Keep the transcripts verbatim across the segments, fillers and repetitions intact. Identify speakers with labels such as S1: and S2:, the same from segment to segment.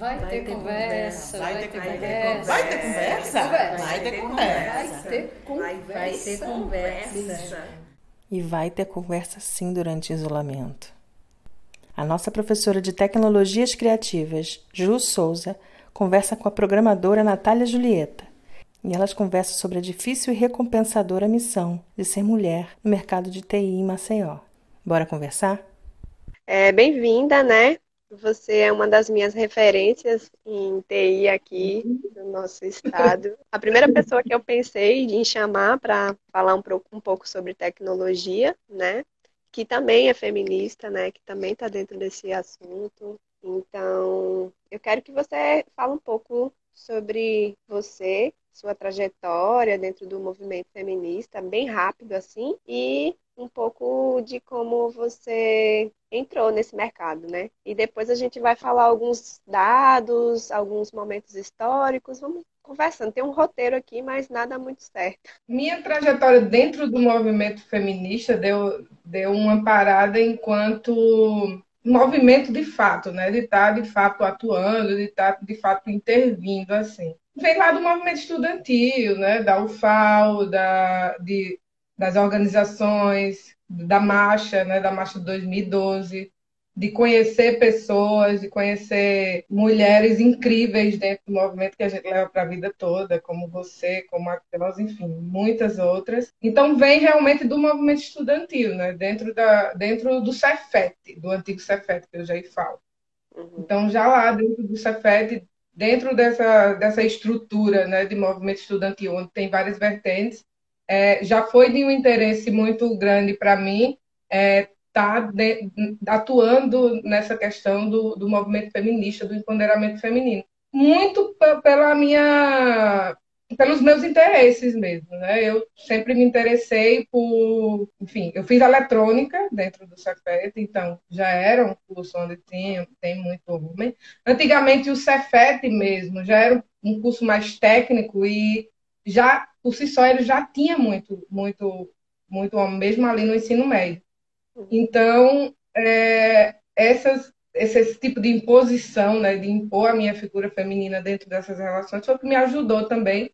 S1: Vai
S2: Vai
S1: ter
S2: ter
S1: conversa,
S2: conversa.
S1: vai
S3: Vai
S1: ter
S3: ter
S2: Vai ter
S1: conversa,
S3: Vai ter
S2: conversa.
S3: conversa?
S1: conversa.
S3: Vai ter
S1: Vai
S3: conversa.
S1: ter
S2: Vai, vai ter
S1: conversa.
S2: conversa.
S4: E vai ter conversa sim durante o isolamento. A nossa professora de Tecnologias Criativas, Ju Souza, conversa com a programadora Natália Julieta. E elas conversam sobre a difícil e recompensadora missão de ser mulher no mercado de T I em Maceió. Bora conversar?
S5: É, bem-vinda, né? Você é uma das minhas referências em T I aqui no nosso estado. A primeira pessoa que eu pensei em chamar para falar um, pro- um pouco sobre tecnologia, né? Que também é feminista, né? Que também está dentro desse assunto. Então, eu quero que você fale um pouco sobre você, sua trajetória dentro do movimento feminista, bem rápido assim, e um pouco de como você entrou nesse mercado, né? E depois a gente vai falar alguns dados, alguns momentos históricos, vamos conversando. Tem um roteiro aqui, mas nada muito certo.
S6: Minha trajetória dentro do movimento feminista deu, deu uma parada enquanto movimento de fato, né? De estar de fato atuando, de estar de fato intervindo, assim. Vem lá do movimento estudantil, né? Da U F A L, da, de, das organizações, da marcha, né? Da marcha de dois mil e doze, de conhecer pessoas, de conhecer mulheres incríveis dentro do movimento que a gente leva para a vida toda, como você, como a Clós, enfim, muitas outras. Então, vem realmente do movimento estudantil, né? Dentro, da, dentro do Cefet, do antigo Cefet, que eu já falo.
S5: Uhum.
S6: Então, já lá dentro do Cefet, dentro dessa, dessa estrutura, né, de movimento estudantil, onde tem várias vertentes, é, já foi de um interesse muito grande para mim é, estar tá atuando nessa questão do, do movimento feminista, do empoderamento feminino. Muito pela minha pelos meus interesses mesmo, né? Eu sempre me interessei por, enfim, eu fiz eletrônica dentro do Cefet, então já era um curso onde tinha, tem muito homem. Antigamente o Cefet mesmo já era um curso mais técnico e já por si só ele já tinha muito, muito, muito homem, mesmo ali no ensino médio. Então, é, essas, esse, esse tipo de imposição, né, de impor a minha figura feminina dentro dessas relações, foi o que me ajudou também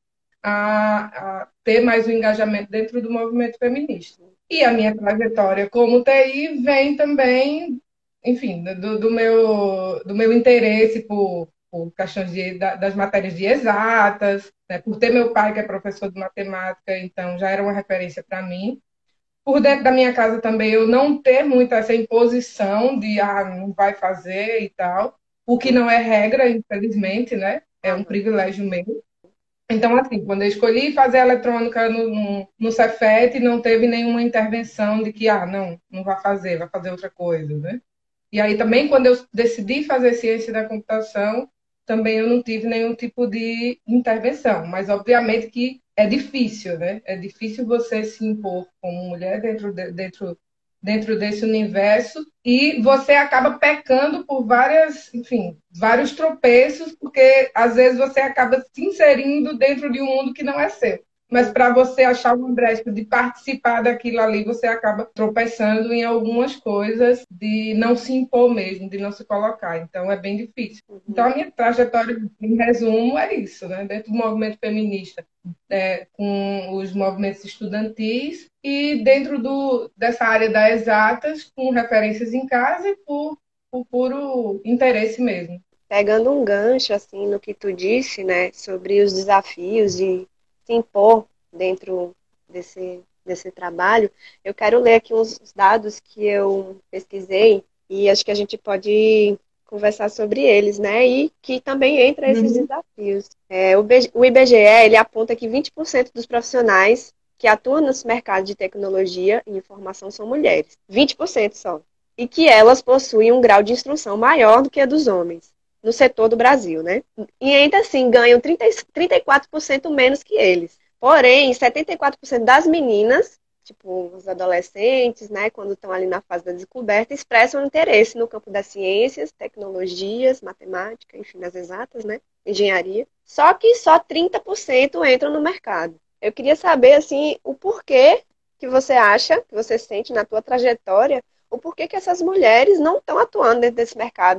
S6: a, a ter mais um engajamento dentro do movimento feminista. E a minha trajetória como T I vem também, enfim, do, do meu, do meu interesse por, por questões de, das matérias de exatas, né, por ter meu pai que é professor de matemática, então já era uma referência para mim. Por dentro da minha casa também eu não ter muito essa imposição de ah, não vai fazer e tal, o que não é regra, infelizmente, né? É um privilégio meu. Então, assim, quando eu escolhi fazer eletrônica no, no, no Cefet, não teve nenhuma intervenção de que, ah, não, não vai fazer, vai fazer outra coisa, né? E aí também, quando eu decidi fazer ciência da computação, também eu não tive nenhum tipo de intervenção. Mas, obviamente, que é difícil, né? É difícil você se impor como mulher dentro, de, dentro, dentro desse universo e você acaba pecando por várias, enfim, vários tropeços, porque às vezes você acaba se inserindo dentro de um mundo que não é seu. Mas para você achar uma brecha de participar daquilo ali, você acaba tropeçando em algumas coisas de não se impor mesmo, de não se colocar. Então, é bem difícil. Então, a minha trajetória, em resumo, é isso, né? Dentro do movimento feminista, é, com os movimentos estudantis e dentro do, dessa área das exatas, com referências em casa e por, por puro interesse mesmo.
S5: Pegando um gancho, assim, no que tu disse, né, sobre os desafios de se impor dentro desse, desse trabalho, eu quero ler aqui uns dados que eu pesquisei e acho que a gente pode conversar sobre eles, né, e que também entra esses
S6: Uhum.
S5: desafios. É, o, B- o I B G E, ele aponta que vinte por cento dos profissionais que atuam nos mercados de tecnologia e informação são mulheres. vinte por cento só. E que elas possuem um grau de instrução maior do que a dos homens no setor do Brasil, né? E ainda assim ganham trinta, trinta e quatro por cento menos que eles. Porém, setenta e quatro por cento das meninas, tipo os adolescentes, né, quando estão ali na fase da descoberta, expressam interesse no campo das ciências, tecnologias, matemática, enfim, das exatas, né, engenharia. Só que só trinta por cento entram no mercado. Eu queria saber, assim, o porquê que você acha, que você sente na tua trajetória, o porquê que essas mulheres não estão atuando dentro desse mercado,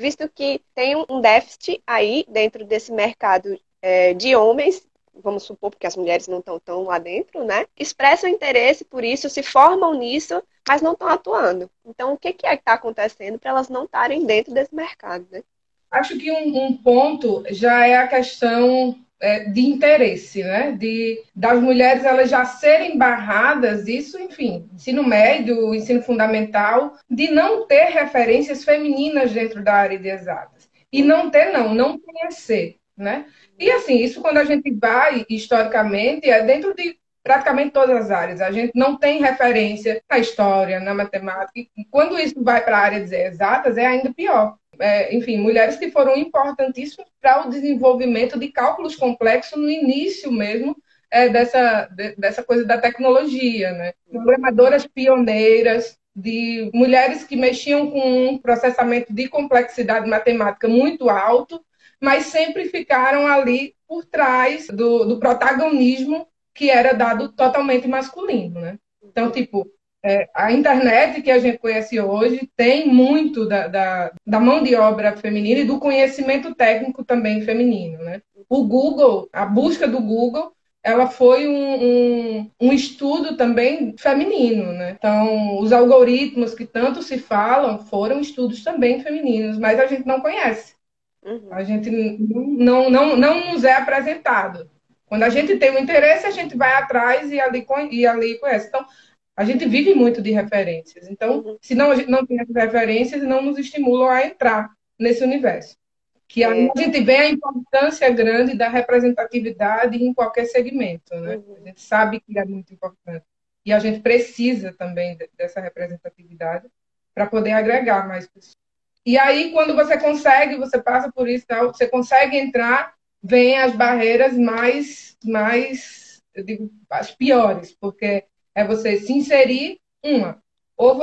S5: visto que tem um déficit aí dentro desse mercado é, de homens, vamos supor, porque as mulheres não estão tão lá dentro, né? Expressam interesse por isso, se formam nisso, mas não estão atuando. Então, o que, que é que está acontecendo para elas não estarem dentro desse mercado, né?
S6: Acho que um, um ponto já é a questão é, de interesse, né? De, das mulheres elas já serem barradas, isso, enfim, ensino médio, ensino fundamental, de não ter referências femininas dentro da área de exatas. E não ter, não, não conhecer, né? E assim, isso quando a gente vai historicamente, é dentro de praticamente todas as áreas. A gente não tem referência na história, na matemática. E quando isso vai para a área de exatas, é ainda pior. É, enfim, mulheres que foram importantíssimas para o desenvolvimento de cálculos complexos no início mesmo é, dessa, de, dessa coisa da tecnologia, né? Programadoras pioneiras, de mulheres que mexiam com um processamento de complexidade matemática muito alto, mas sempre ficaram ali por trás do, do protagonismo que era dado totalmente masculino, né? Então, tipo, é, a internet que a gente conhece hoje tem muito da, da, da mão de obra feminina e do conhecimento técnico também feminino, né? O Google, a busca do Google, ela foi um, um, um estudo também feminino, né? Então, os algoritmos que tanto se falam foram estudos também femininos, mas a gente não conhece. Uhum. A gente não, não, não nos é apresentado. Quando a gente tem um interesse, a gente vai atrás e ali, e ali conhece. Então, a gente vive muito de referências. Então, uhum. se não, a gente não tem essas referências, não nos estimulam a entrar nesse universo. Que aí é. a gente vê a importância grande da representatividade em qualquer segmento, né? Uhum. A gente sabe que é muito importante. E a gente precisa também dessa representatividade para poder agregar mais pessoas. E aí, quando você consegue, você passa por isso, você consegue entrar, vem as barreiras mais, mais eu digo, as piores, porque é você se inserir, uma, ou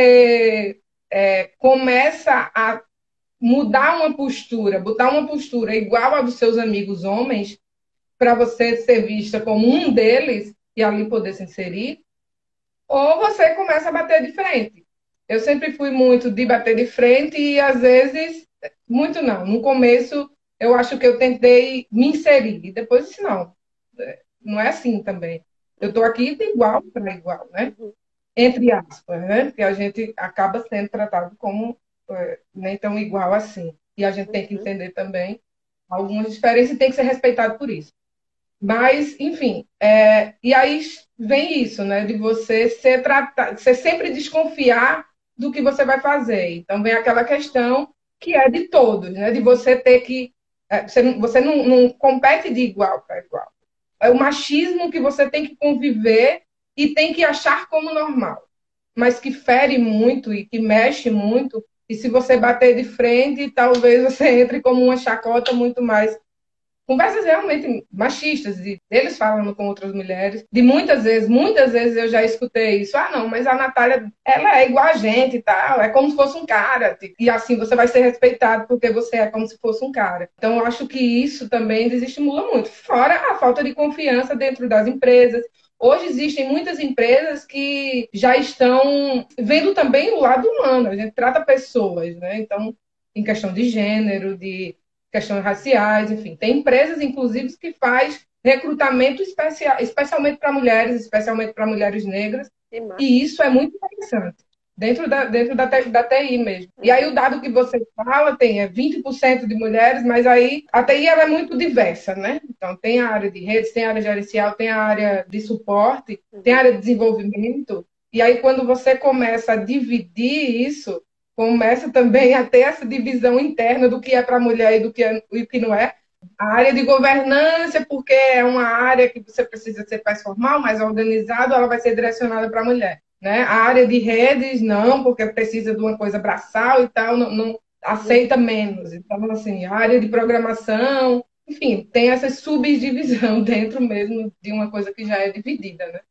S6: você é, começa a mudar uma postura, botar uma postura igual a dos seus amigos homens, para você ser vista como um deles e ali poder se inserir, ou você começa a bater de frente. Eu sempre fui muito de bater de frente e, às vezes, muito não. No começo, eu acho que eu tentei me inserir. E depois disse, não, não é assim também. Eu estou aqui de igual para igual, né? Entre aspas, né? Porque a gente acaba sendo tratado como é, nem tão igual assim. E a gente tem que entender também algumas diferenças e tem que ser respeitado por isso. Mas, enfim, é, e aí vem isso, né? De você ser tratado, você sempre desconfiar do que você vai fazer. Então, vem aquela questão que é de todos, né? De você ter que... É, você você não, não compete de igual para igual. É o machismo que você tem que conviver e tem que achar como normal. Mas que fere muito e que mexe muito. E se você bater de frente, talvez você entre como uma chacota muito mais... Conversas realmente machistas, de eles falando com outras mulheres, de muitas vezes, muitas vezes eu já escutei isso, ah não, mas a Natália, ela é igual a gente e tal, é como se fosse um cara, e assim você vai ser respeitado porque você é como se fosse um cara. Então eu acho que isso também desestimula muito, fora a falta de confiança dentro das empresas. Hoje existem muitas empresas que já estão vendo também o lado humano, a gente trata pessoas, né? Então, em questão de gênero, de questões raciais, enfim. Tem empresas, inclusive, que faz recrutamento especial, especialmente para mulheres, especialmente para mulheres negras, e isso é muito interessante, dentro da, dentro da, da T I mesmo. E aí o dado que você fala tem é vinte por cento de mulheres, mas aí a T I ela é muito diversa, né? Então tem a área de redes, tem a área gerencial, tem a área de suporte, tem a área de desenvolvimento, e aí quando você começa a dividir isso, começa também a ter essa divisão interna do que é para a mulher e do que, é, e que não é. A área de governança, porque é uma área que você precisa ser mais formal, mais organizado, ela vai ser direcionada para a mulher. Né? A área de redes, não, porque precisa de uma coisa braçal e tal, não, não aceita menos. Então, assim, a área de programação, enfim, tem essa subdivisão dentro mesmo de uma coisa que já é dividida, né?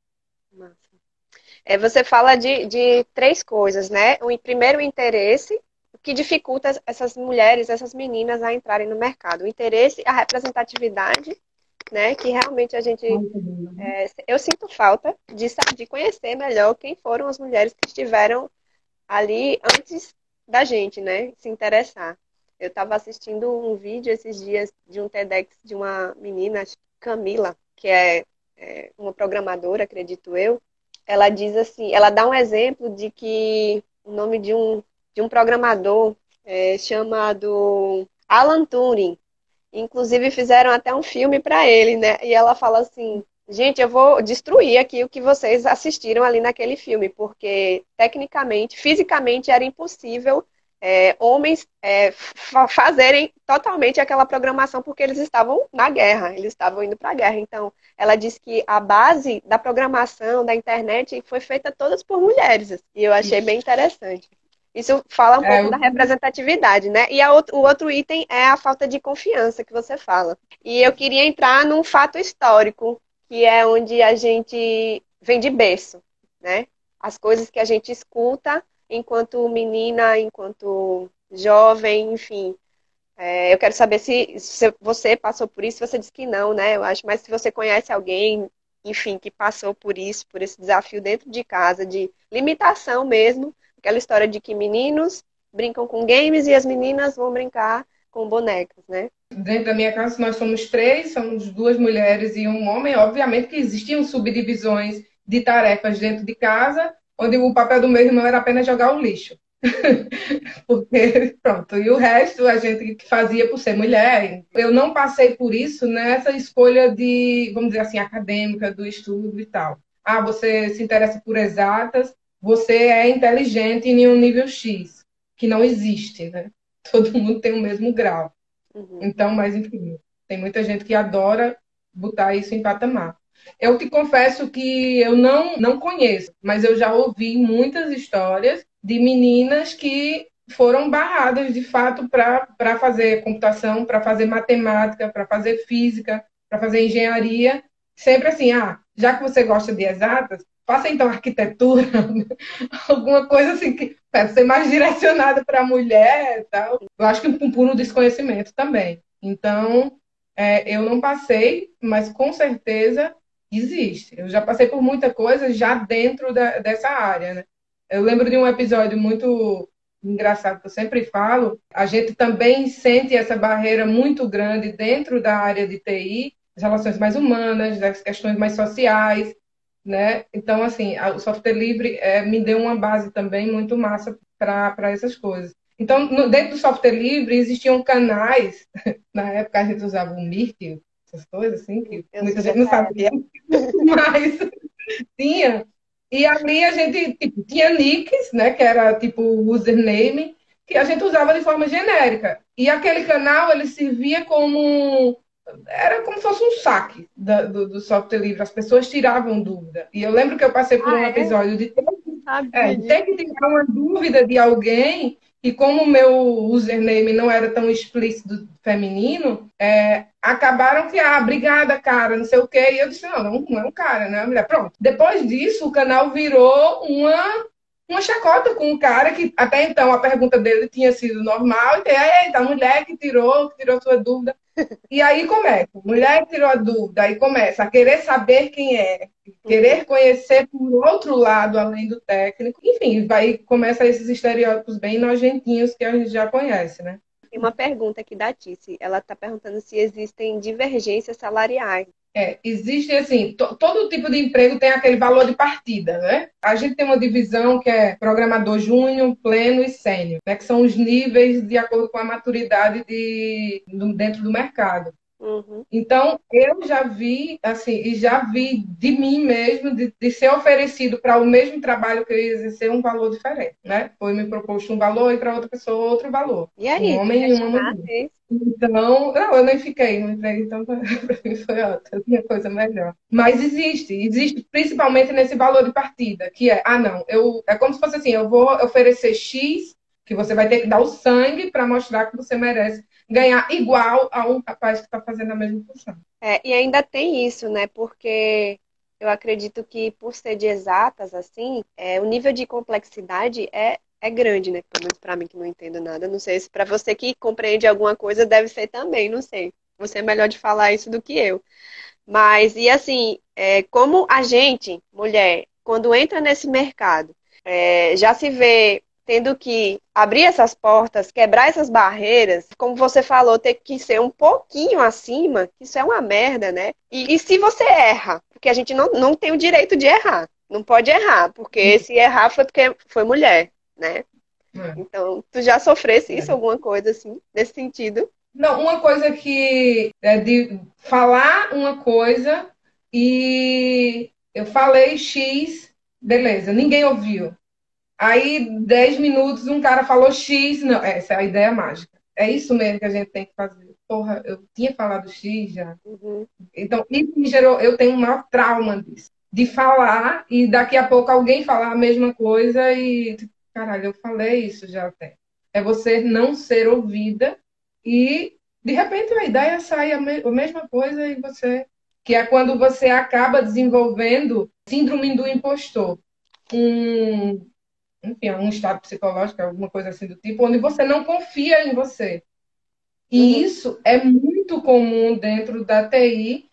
S5: É, você fala de, de três coisas, né? O primeiro, o interesse, o que dificulta essas mulheres, essas meninas a entrarem no mercado. O interesse, a representatividade, né? Que realmente a gente... É, eu sinto falta de, de conhecer melhor quem foram as mulheres que estiveram ali antes da gente, né? Se interessar. Eu estava assistindo um vídeo esses dias de um TEDx de uma menina, Camila, que é, é uma programadora, acredito eu. Ela diz assim, ela dá um exemplo de que o nome de um, de um programador é, chamado Alan Turing. Inclusive fizeram até um filme para ele, né? E ela fala assim, gente, eu vou destruir aqui o que vocês assistiram ali naquele filme, porque tecnicamente, fisicamente era impossível é, homens é, fa- fazerem totalmente aquela programação, porque eles estavam na guerra, eles estavam indo para a guerra. Então, ela diz que a base da programação da internet foi feita todas por mulheres, e eu achei bem interessante. Isso fala um
S6: É,
S5: pouco
S6: o-
S5: da representatividade, né? E a out- o outro item é a falta de confiança que você fala. E eu queria entrar num fato histórico, que é onde a gente vem de berço, né? As coisas que a gente escuta enquanto menina, enquanto jovem, enfim. É, eu quero saber se, se você passou por isso, você disse que não, né? Eu acho, mas se você conhece alguém, enfim, que passou por isso, por esse desafio dentro de casa, de limitação mesmo, aquela história de que meninos brincam com games e as meninas vão brincar com bonecas, né?
S6: dentro da minha casa, nós somos três, somos duas mulheres e um homem. Obviamente que existiam subdivisões de tarefas dentro de casa, onde o papel do meu irmão era apenas jogar o lixo. Porque, pronto, e o resto a gente fazia por ser mulher. Eu não passei por isso nessa escolha de, vamos dizer assim, acadêmica, do estudo e tal. Ah, você se interessa por exatas, você é inteligente em um nível X, que não existe, né? Todo mundo tem o mesmo grau.
S5: Uhum.
S6: Então, mas enfim, tem muita gente que adora botar isso em patamar. Eu te confesso que eu não, não conheço, mas eu já ouvi muitas histórias de meninas que foram barradas de fato para fazer computação, para fazer matemática, para fazer física, para fazer engenharia. Sempre assim, ah, já que você gosta de exatas, faça então arquitetura, alguma coisa assim que para ser mais direcionada para a mulher e tal. Eu acho que um puro desconhecimento também. Então, é, eu não passei, mas com certeza existe. Eu já passei por muita coisa já dentro da, dessa área, né? Eu lembro de um episódio muito engraçado que eu sempre falo. A gente também sente essa barreira muito grande dentro da área de T I, as relações mais humanas, das questões mais sociais, né? Então, assim, o software livre é, me deu uma base também muito massa para essas coisas. Então, no, dentro do software livre existiam canais, na época a gente usava o Mirk, essas coisas assim, que
S5: Eu
S6: muita
S5: sou
S6: gente não
S5: dessa
S6: sabia,
S5: época.
S6: mas tinha. E ali a gente tipo, tinha nicks, né, que era tipo username, que a gente usava de forma genérica. E aquele canal, ele servia como era como se fosse um saque da, do, do software livre, as pessoas tiravam dúvida. E eu lembro que eu passei por
S5: Ah,
S6: um
S5: é?
S6: episódio de ter, é,
S5: Sabia
S6: de
S5: disso.
S6: ter que tirar uma dúvida de alguém, e como o meu username não era tão explícito feminino, é, acabaram que, ah, obrigada, cara, não sei o quê. E eu disse, não, não, não é um cara, né, mulher? Pronto. Depois disso, o canal virou uma uma chacota com um cara que até então a pergunta dele tinha sido normal, e tem, eita, a mulher que tirou, que tirou sua dúvida. E aí começa, mulher que tirou a dúvida, aí começa a querer saber quem é, querer conhecer por outro lado, além do técnico. Enfim, vai começa esses estereótipos bem nojentinhos que a gente já conhece, né?
S5: Tem uma pergunta aqui da Tice. Ela está perguntando se existem divergências salariais.
S6: É, existe assim, to, todo tipo de emprego tem aquele valor de partida, né? A gente tem uma divisão que é programador júnior, pleno e sênior, né? Que são os níveis de acordo com a maturidade de, do, dentro do mercado.
S5: Uhum.
S6: Então, eu já vi, assim, e já vi de mim mesmo, de, de ser oferecido para o mesmo trabalho que eu ia exercer um valor diferente, né? Foi me proposto um valor e para outra pessoa outro valor.
S5: E
S6: Um
S5: aí,
S6: homem e uma mulher.
S5: questionasse isso?
S6: Então, não, eu nem fiquei no emprego, então para mim foi outra, tinha coisa melhor. Mas existe, existe principalmente nesse valor de partida, que é, ah, não, eu, é como se fosse assim, eu vou oferecer X, que você vai ter que dar o sangue para mostrar que você merece ganhar igual a um rapaz que está fazendo a mesma função.
S5: É, e ainda tem isso, né? Porque eu acredito que por ser de exatas, assim, é, o nível de complexidade é, é grande, né? Pelo menos para mim que não entendo nada. Não sei se para você que compreende alguma coisa deve ser também, não sei. Você é melhor de falar isso do que eu. Mas, e assim, é, como a gente, mulher, quando entra nesse mercado, é, já se vê tendo que abrir essas portas, quebrar essas barreiras, como você falou, ter que ser um pouquinho acima, isso é uma merda, né? E, e se você erra, porque a gente não, não tem o direito de errar, não pode errar, porque se errar foi porque foi mulher, né?
S6: É.
S5: Então, tu já sofresse isso,
S6: É.
S5: alguma coisa assim, nesse sentido?
S6: Não, uma coisa que é de falar uma coisa e eu falei X, beleza, ninguém ouviu. Aí, dez minutos, um cara falou X, não, essa é a ideia mágica. É isso mesmo que a gente tem que fazer. Porra, eu tinha falado X já.
S5: Uhum.
S6: Então, isso me gerou, eu tenho um maior trauma disso. De falar e daqui a pouco alguém falar a mesma coisa e, tipo, caralho, eu falei isso já até. É você não ser ouvida e, de repente, a ideia sai a, me a mesma coisa e você... Que é quando você acaba desenvolvendo síndrome do impostor. Um, enfim, um estado psicológico, alguma coisa assim do tipo, onde você não confia em você. E
S5: Uhum.
S6: isso é muito comum dentro da T I,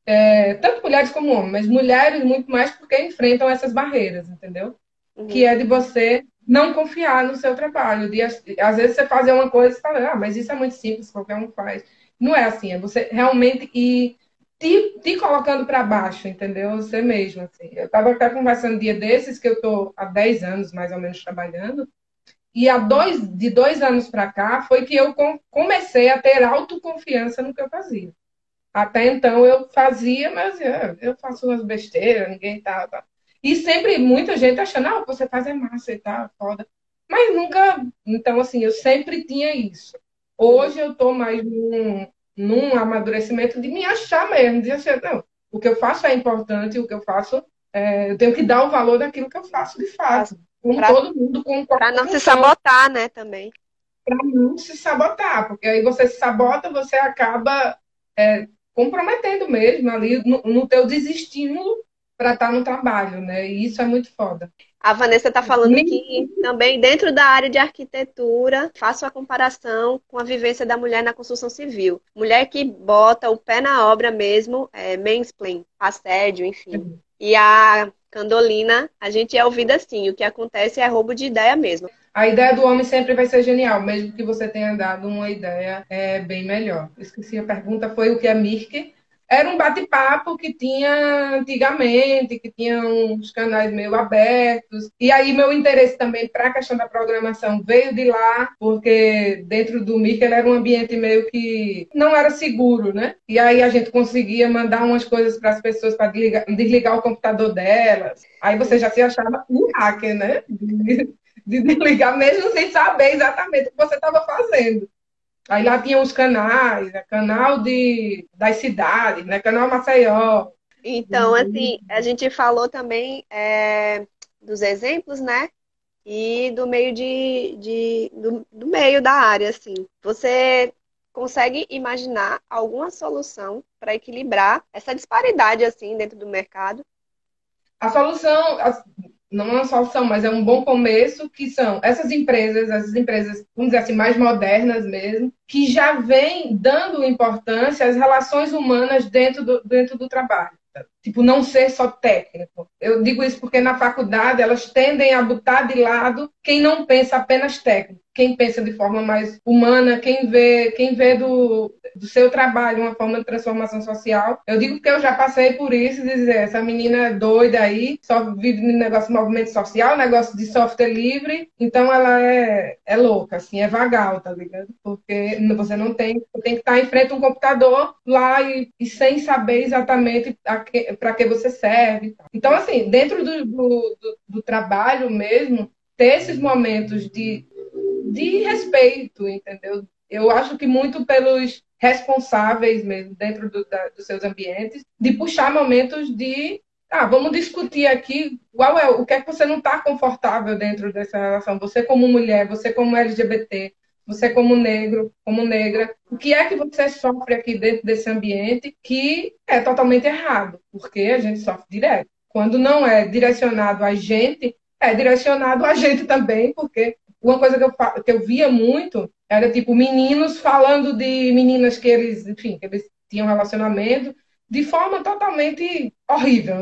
S6: é, tanto mulheres como homens, mas mulheres muito mais porque enfrentam essas barreiras, entendeu? Que
S5: Uhum.
S6: é de você não confiar no seu trabalho. De, às vezes você fazer uma coisa e fala, ah, mas isso é muito simples, qualquer um faz. Não é assim, é você realmente ir te, te colocando para baixo, entendeu? Você mesmo. Assim. Eu estava até conversando um dia desses, que eu estou há dez anos mais ou menos trabalhando, e há dois, de dois anos para cá foi que eu comecei a ter autoconfiança no que eu fazia. Até então eu fazia, mas é, eu faço umas besteiras, ninguém tá, tá. E sempre muita gente achando, ah, o que você faz é massa e tal, foda. Mas nunca. Então, assim, eu sempre tinha isso. Hoje eu tô mais num, num amadurecimento de me achar mesmo, de achar, não, o que eu faço é importante, o que eu faço, é, eu tenho que dar o valor daquilo que eu faço de fato. Como
S5: Pra,
S6: todo mundo, com
S5: pra
S6: qualquer
S5: não se
S6: função,
S5: sabotar, né, também.
S6: para não se sabotar, porque aí você se sabota, você acaba é, comprometendo mesmo ali no, no teu desestímulo para estar no trabalho, né? E isso é muito foda.
S5: A Vanessa está falando
S6: Nem-
S5: que também dentro da área de arquitetura, faço a comparação com a vivência da mulher na construção civil. Mulher que bota o pé na obra mesmo, é, mansplain, assédio, enfim. E a Candolina, a gente é ouvida assim, o que acontece é roubo de ideia mesmo.
S6: A ideia do homem sempre vai ser genial, mesmo que você tenha dado uma ideia é, bem melhor. Esqueci a pergunta, foi o que é Mirk? Era um bate-papo que tinha antigamente, que tinha uns canais meio abertos. E aí meu interesse também para a questão da programação veio de lá, porque dentro do Mirk ele era um ambiente meio que não era seguro, né? E aí a gente conseguia mandar umas coisas para as pessoas para desligar, desligar o computador delas. Aí você já se achava um hacker, né? De desligar mesmo sem saber exatamente o que você estava fazendo. Aí lá tinha os canais, né? Canal de, das cidades, né? Canal Maceió.
S5: Então, assim, a gente falou também é, dos exemplos, né? E do meio de, de do, do meio da área, assim. Você consegue imaginar alguma solução para equilibrar essa disparidade assim dentro do mercado?
S6: A solução, não é uma solução, mas é um bom começo, que são essas empresas, essas empresas, vamos dizer assim, mais modernas mesmo, que já vêm dando importância às relações humanas dentro do, dentro do trabalho. Tipo, não ser só técnico. Eu digo isso porque na faculdade elas tendem a botar de lado quem não pensa apenas técnico, quem pensa de forma mais humana, quem vê, quem vê do, do seu trabalho uma forma de transformação social. Eu digo que eu já passei por isso, dizer, essa menina é doida aí, só vive no negócio de movimento social, negócio de software livre, então ela é, é louca, assim, é vagal, tá ligado? Porque você não tem, você tem que estar em frente a um computador lá e, e sem saber exatamente para que você serve. Então, assim, dentro do, do, do, do trabalho mesmo, ter esses momentos de, de respeito, entendeu? Eu acho que muito pelos responsáveis mesmo, dentro do, da, dos seus ambientes, de puxar momentos de, ah, vamos discutir aqui qual é, o que é que você não está confortável dentro dessa relação. Você como mulher, você como L G B T, você como negro, como negra, o que é que você sofre aqui dentro desse ambiente que é totalmente errado, porque a gente sofre direto. Quando não é direcionado a gente, é direcionado a gente também, porque uma coisa que eu, que eu via muito era, tipo, meninos falando de meninas que eles, enfim, que eles tinham relacionamento de forma totalmente horrível, né?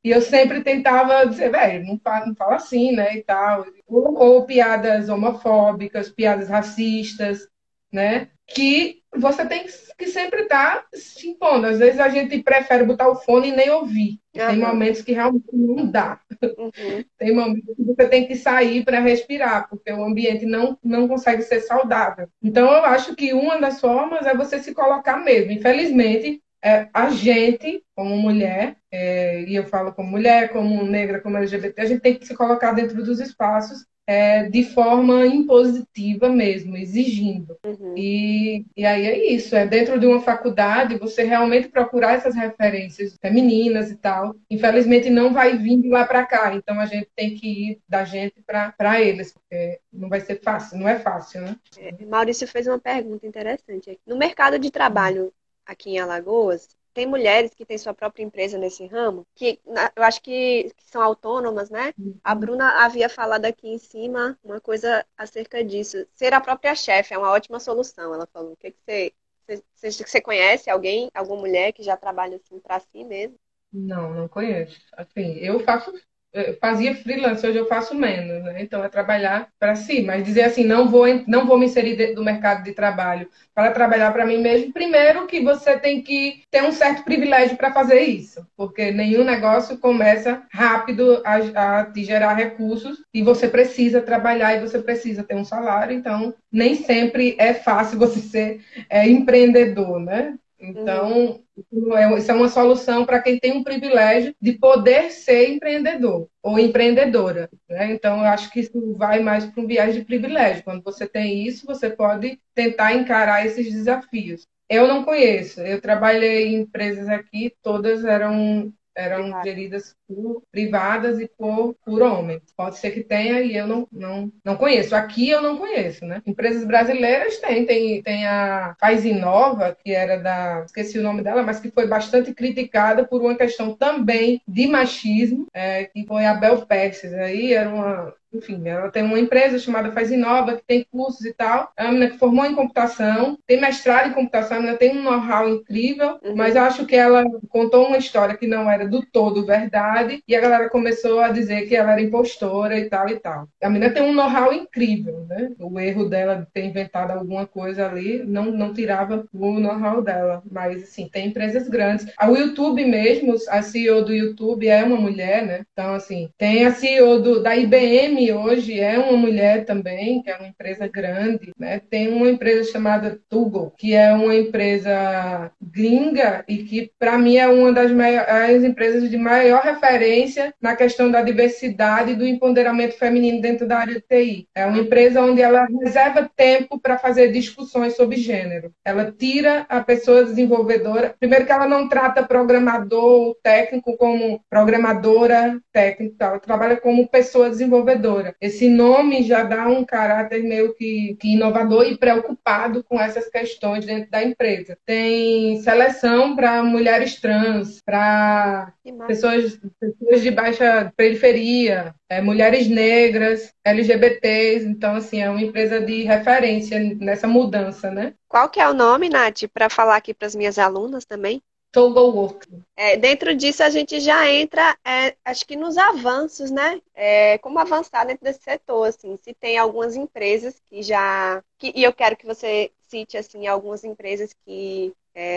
S6: E eu sempre tentava dizer, velho, não fala, não fala assim, né, e tal. Ou, ou piadas homofóbicas, piadas racistas, né, que você tem que sempre estar se impondo. Às vezes a gente prefere botar o fone e nem ouvir. Uhum. Tem momentos que realmente não dá. Uhum. Tem momentos que você tem que sair para respirar, porque o ambiente não, não consegue ser saudável. Então, eu acho que uma das formas é você se colocar mesmo. Infelizmente, é, a gente, como mulher, é, e eu falo como mulher, como negra, como L G B T, a gente tem que se colocar dentro dos espaços é, de forma impositiva mesmo, exigindo. Uhum. E, e aí é isso, é dentro de uma faculdade você realmente procurar essas referências femininas e tal. Infelizmente não vai vir de lá para cá, então a gente tem que ir da gente para eles, porque não vai ser fácil, não é fácil, né?
S5: É, Maurício fez uma pergunta interessante aqui. No mercado de trabalho aqui em Alagoas, tem mulheres que têm sua própria empresa nesse ramo, que eu acho que, que são autônomas, né? A Bruna havia falado aqui em cima uma coisa acerca disso. Ser a própria chefe é uma ótima solução, ela falou. O que, que você, você, você conhece alguém, alguma mulher que já trabalha assim para si mesmo?
S6: Não, não conheço. Assim, eu faço eu fazia freelance, hoje eu faço menos, né? Então é trabalhar para si, mas dizer assim, não vou, não vou me inserir dentro do mercado de trabalho para trabalhar para mim mesmo. Primeiro que você tem que ter um certo privilégio para fazer isso, porque nenhum negócio começa rápido a, a te gerar recursos e você precisa trabalhar e você precisa ter um salário, então nem sempre é fácil você ser é, empreendedor, né? Então, uhum. Isso é uma solução para quem tem um privilégio de poder ser empreendedor ou empreendedora, né? Então, eu acho que isso vai mais para um viés de privilégio. Quando você tem isso, você pode tentar encarar esses desafios. Eu não conheço. Eu trabalhei em empresas aqui, todas eram eram geridas por privadas e por, por homens. Pode ser que tenha e eu não, não, não conheço. Aqui eu não conheço, né? Empresas brasileiras tem, tem, tem a Faz Inova, que era da... esqueci o nome dela, mas que foi bastante criticada por uma questão também de machismo, é, que foi a Bel Pesces. Aí era uma... Enfim, ela tem uma empresa chamada Faz Inova, que tem cursos e tal. É uma menina que formou em computação, tem mestrado em computação, ela tem um know-how incrível, uhum. Mas acho que ela contou uma história que não era do todo verdade, e a galera começou a dizer que ela era impostora e tal e tal. A menina tem um know-how incrível, né? O erro dela de ter inventado alguma coisa ali não, não tirava o know-how dela. Mas, assim, tem empresas grandes. O YouTube mesmo, a C E O do YouTube é uma mulher, né? Então, assim, tem a C E O do, da I B M hoje é uma mulher também, que é uma empresa grande, né? Tem uma empresa chamada Tuggle, que é uma empresa gringa e que, para mim, é uma das maiores empresas de maior referência na questão da diversidade e do empoderamento feminino dentro da área de T I. É uma empresa onde ela reserva tempo para fazer discussões sobre gênero. Ela tira a pessoa desenvolvedora. Primeiro que ela não trata programador ou técnico como programadora técnica, ela trabalha como pessoa desenvolvedora. Esse nome já dá um caráter meio que, que inovador e preocupado com essas questões dentro da empresa. Tem seleção para mulheres trans, para pessoas, pessoas de baixa periferia, é, mulheres negras, L G B Ts. Então, assim, é uma empresa de referência nessa mudança, né?
S5: Qual que é o nome, Nath, para falar aqui para as minhas alunas também?
S6: Togowork.
S5: É, dentro disso, a gente já entra, é, acho que nos avanços, né? É, como avançar dentro desse setor, assim. Se tem algumas empresas que já... Que, e eu quero que você cite, assim, algumas empresas que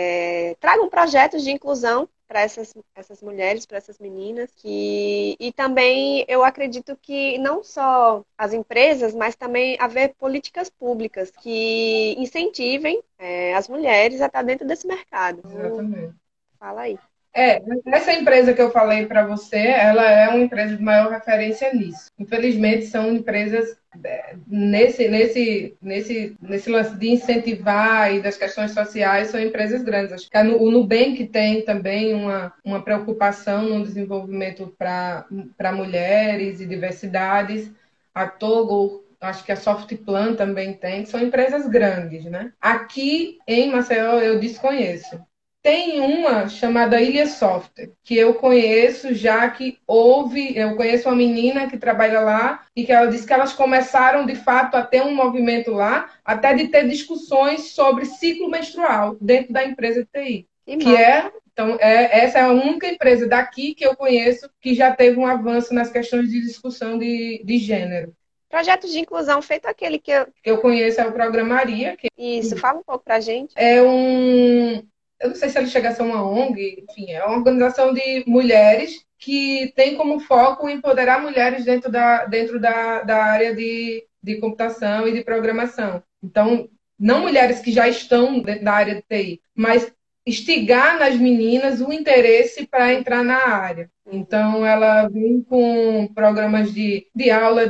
S5: é, tragam projetos de inclusão para essas, essas mulheres, para essas meninas. Que, e também eu acredito que não só as empresas, mas também haver políticas públicas que incentivem é, as mulheres a estar dentro desse mercado.
S6: Exatamente.
S5: Fala aí.
S6: É, essa empresa que eu falei para você, ela é uma empresa de maior referência nisso. Infelizmente, são empresas nesse, nesse, nesse, nesse lance de incentivar e das questões sociais, são empresas grandes. Acho que o Nubank tem também uma, uma preocupação no desenvolvimento para mulheres e diversidades. A Togo, acho que a Softplan também tem, são empresas grandes, né? Aqui em Maceió eu desconheço. Tem uma chamada Ilha Software, que eu conheço, já que houve, eu conheço uma menina que trabalha lá e que ela disse que elas começaram, de fato, a ter um movimento lá, até de ter discussões sobre ciclo menstrual dentro da empresa de T I, que, que é Então, é, essa é a única empresa daqui que eu conheço que já teve um avanço nas questões de discussão de, de gênero.
S5: Projeto de inclusão feito aquele que eu...
S6: Que eu conheço é o Programaria, que
S5: Isso, fala um pouco pra gente.
S6: é um... Eu não sei se ele chega a ser uma O N G, enfim, é uma organização de mulheres que tem como foco empoderar mulheres dentro da, dentro da, da área de, de computação e de programação. Então, não mulheres que já estão dentro da área de T I, mas instigar nas meninas o interesse para entrar na área. Então, ela vem com programas de, de aula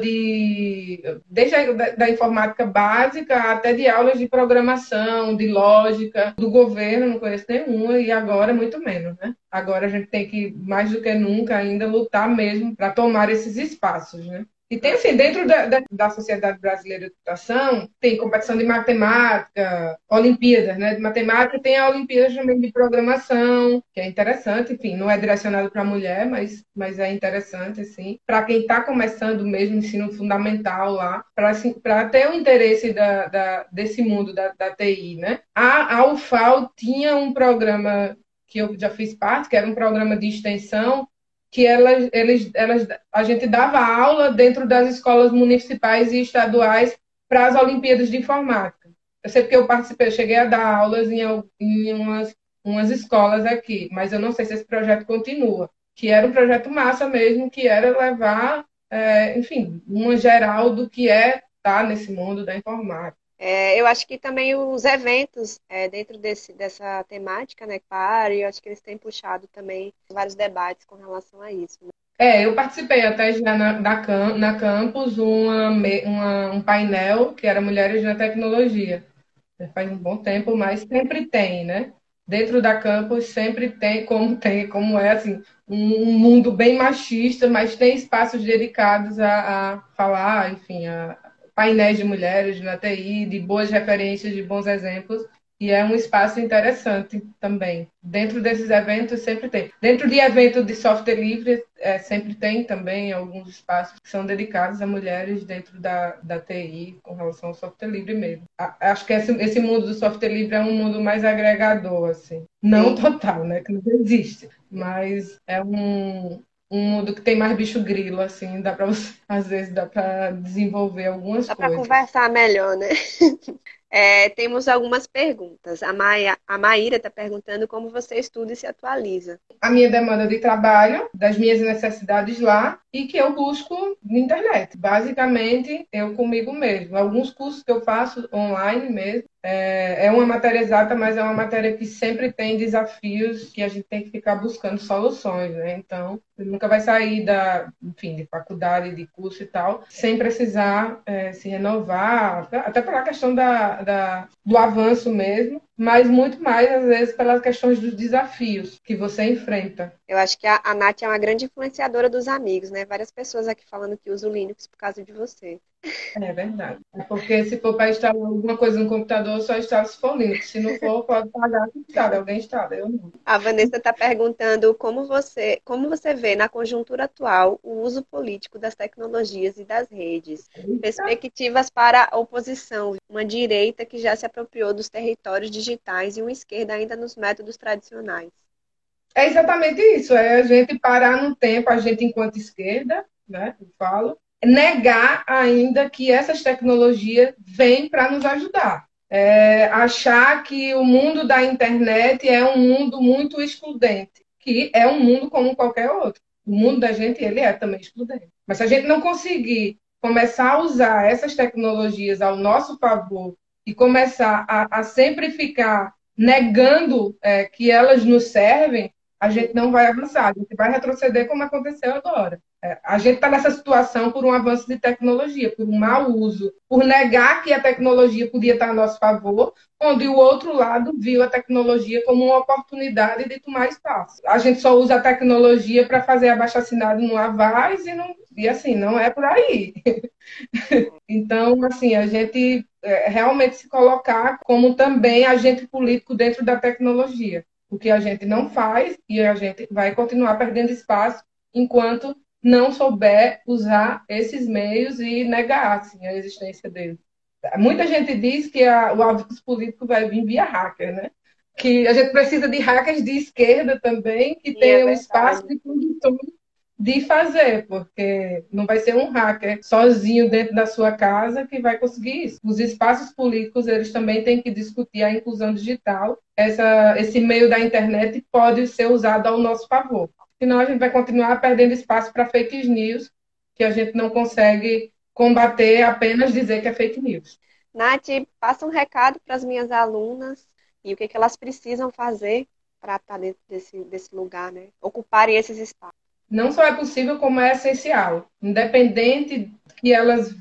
S6: de desde a da, da informática básica até de aulas de programação, de lógica, do governo, não conheço nenhuma, e agora muito menos, né? Agora a gente tem que, mais do que nunca, ainda lutar mesmo para tomar esses espaços, né? E tem, assim, dentro da, da, da Sociedade Brasileira de Computação, tem competição de matemática, Olimpíadas, né? De matemática, tem a Olimpíada também de programação, que é interessante, enfim, não é direcionado para mulher, mas, mas é interessante, assim, para quem está começando mesmo ensino fundamental lá, para assim, ter o interesse da, da, desse mundo da, da T I, né? A, a U F A L tinha um programa que eu já fiz parte, que era um programa de extensão, que elas, eles, elas, a gente dava aula dentro das escolas municipais e estaduais para as Olimpíadas de Informática. Eu sei porque eu participei, eu cheguei a dar aulas em, em umas, umas escolas aqui, mas eu não sei se esse projeto continua, que era um projeto massa mesmo, que era levar, é, enfim, uma geral do que é estar nesse mundo da informática.
S5: É, eu acho que também os eventos é, dentro desse, dessa temática, né, para, eu acho que eles têm puxado também vários debates com relação a isso. Né?
S6: É, eu participei até já na, na, na campus uma, uma, um painel que era Mulheres na Tecnologia. Faz um bom tempo, mas sempre tem, né? Dentro da campus sempre tem, como tem, como é assim, um, um mundo bem machista, mas tem espaços dedicados a, a falar, enfim, a painéis de mulheres na T I, de boas referências, de bons exemplos, e é um espaço interessante também. Dentro desses eventos sempre tem. Dentro de evento de software livre, é, sempre tem também alguns espaços que são dedicados a mulheres dentro da, da T I, com relação ao software livre mesmo. A, acho que esse, esse mundo do software livre é um mundo mais agregador, assim. Não Sim. total, né? Que não existe. Mas é um, um mundo que tem mais bicho grilo, assim, dá para às vezes dá para desenvolver algumas
S5: dá
S6: coisas.
S5: Dá para conversar melhor, né? É, temos algumas perguntas. A, Maia, a Maíra está perguntando como você estuda e se atualiza.
S6: A minha demanda de trabalho, das minhas necessidades lá, e que eu busco na internet. Basicamente, eu comigo mesmo. Alguns cursos que eu faço online mesmo. É, é uma matéria exata, mas é uma matéria que sempre tem desafios que a gente tem que ficar buscando soluções, né? Então, você nunca vai sair da, enfim, de faculdade, de curso e tal, sem precisar é, se renovar, até pela questão da, da, do avanço mesmo, mas muito mais, às vezes, pelas questões dos desafios que você enfrenta.
S5: Eu acho que a, a Nath é uma grande influenciadora dos amigos, né? Várias pessoas aqui falando que usam o Linux por causa de você.
S6: É verdade. Porque se for para instalar alguma coisa no computador, só instala se for Linux. Se não for, pode pagar que instala. Alguém instala, eu não.
S5: A Vanessa está perguntando como você, como você vê na conjuntura atual o uso político das tecnologias e das redes. Eita. Perspectivas para a oposição, uma direita que já se apropriou dos territórios digitais e uma esquerda ainda nos métodos tradicionais.
S6: É exatamente isso. É a gente parar no tempo, a gente enquanto esquerda, né, eu falo, negar ainda que essas tecnologias vêm para nos ajudar. É, achar que o mundo da internet é um mundo muito excludente, que é um mundo como qualquer outro. O mundo da gente, ele é também excludente. Mas se a gente não conseguir começar a usar essas tecnologias ao nosso favor e começar a, a sempre ficar negando é, que elas nos servem, a gente não vai avançar, a gente vai retroceder como aconteceu agora. É, a gente está nessa situação por um avanço de tecnologia, por um mau uso, por negar que a tecnologia podia estar a nosso favor, onde o outro lado viu a tecnologia como uma oportunidade de tomar espaço. A gente só usa a tecnologia para fazer abaixo-assinado no Avaz e, não, e assim, não é por aí. Então, assim, a gente é, realmente se colocar como também agente político dentro da tecnologia. O que a gente não faz e a gente vai continuar perdendo espaço enquanto não souber usar esses meios e negar assim, a existência deles. Muita gente diz que a, o avanço político vai vir via hacker, né? que a gente precisa de hackers de esquerda também, que
S5: Sim, é
S6: tenham espaço
S5: verdade.
S6: de condições de fazer, porque não vai ser um hacker sozinho dentro da sua casa que vai conseguir isso. Os espaços políticos, eles também têm que discutir a inclusão digital. Essa, esse meio da internet pode ser usado ao nosso favor. Senão a gente vai continuar perdendo espaço para fake news, que a gente não consegue combater apenas dizer que é fake news.
S5: Nath, passa um recado para as minhas alunas e o que, que elas precisam fazer para estar dentro desse, desse lugar, né? Ocuparem esses espaços.
S6: Não só é possível, como é essencial. Independente que elas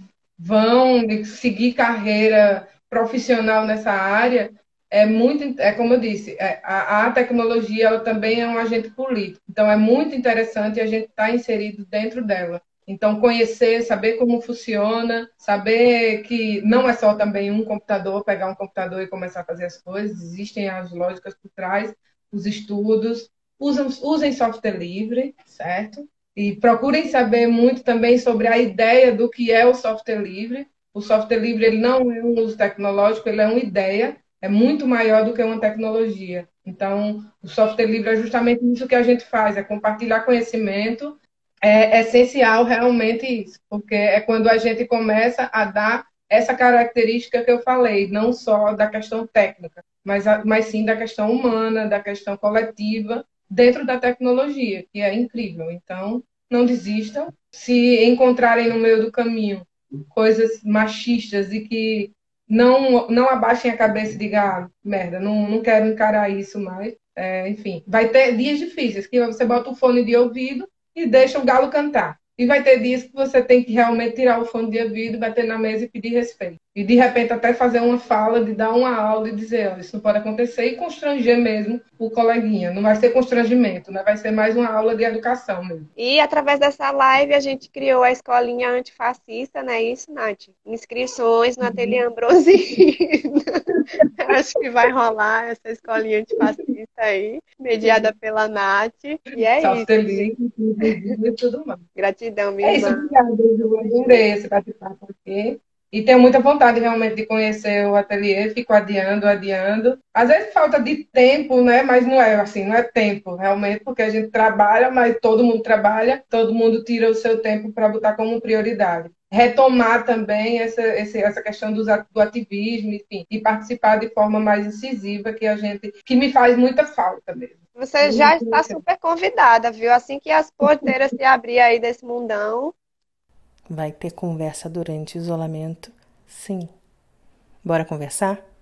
S6: vão seguir carreira profissional nessa área, é muito, é como eu disse, é, a, a tecnologia ela também é um agente político. Então, é muito interessante a gente estar inserido dentro dela. Então, conhecer, saber como funciona, saber que não é só também um computador, pegar um computador e começar a fazer as coisas, existem as lógicas por trás, os estudos. Usam, usem software livre, certo? E procurem saber muito também sobre a ideia do que é o software livre. O software livre ele não é um uso tecnológico, ele é uma ideia, é muito maior do que uma tecnologia. Então, o software livre é justamente isso que a gente faz, é compartilhar conhecimento. É essencial realmente isso, porque é quando a gente começa a dar essa característica que eu falei, não só da questão técnica, mas, mas sim da questão humana, da questão coletiva, dentro da tecnologia, que é incrível. Então, não desistam. Se encontrarem no meio do caminho coisas machistas e que não, não abaixem a cabeça e digam, ah, merda, não, não quero encarar isso mais. É, enfim, vai ter dias difíceis, que você bota o fone de ouvido e deixa o galo cantar. E vai ter dias que você tem que realmente tirar o fone de ouvido, bater na mesa e pedir respeito. E de repente até fazer uma fala, de dar uma aula e dizer, olha, isso não pode acontecer e constranger mesmo o coleguinha. Não vai ser constrangimento, né? Vai ser mais uma aula de educação mesmo.
S5: E através dessa live a gente criou a escolinha antifascista, não é isso, Nath? Inscrições no Ateliê Ambrosina. Acho que vai rolar essa escolinha antifascista aí, mediada pela Nath. E é isso.
S6: Software livre, e tudo mais.
S5: Gratidão, minha
S6: É isso,
S5: irmã.
S6: obrigada, eu adorei esse bate-papo aqui. E tenho muita vontade realmente de conhecer o ateliê, fico adiando, adiando. Às vezes falta de tempo, né? Mas não é assim, não é tempo, realmente, porque a gente trabalha, mas todo mundo trabalha, todo mundo tira o seu tempo para botar como prioridade. Retomar também essa, essa questão do, do ativismo, enfim, e participar de forma mais incisiva, que a gente, que me faz muita falta mesmo.
S5: Você já está super convidada, viu? Assim que as porteiras se abrir aí desse mundão.
S4: Vai ter conversa durante o isolamento? Sim. Bora conversar?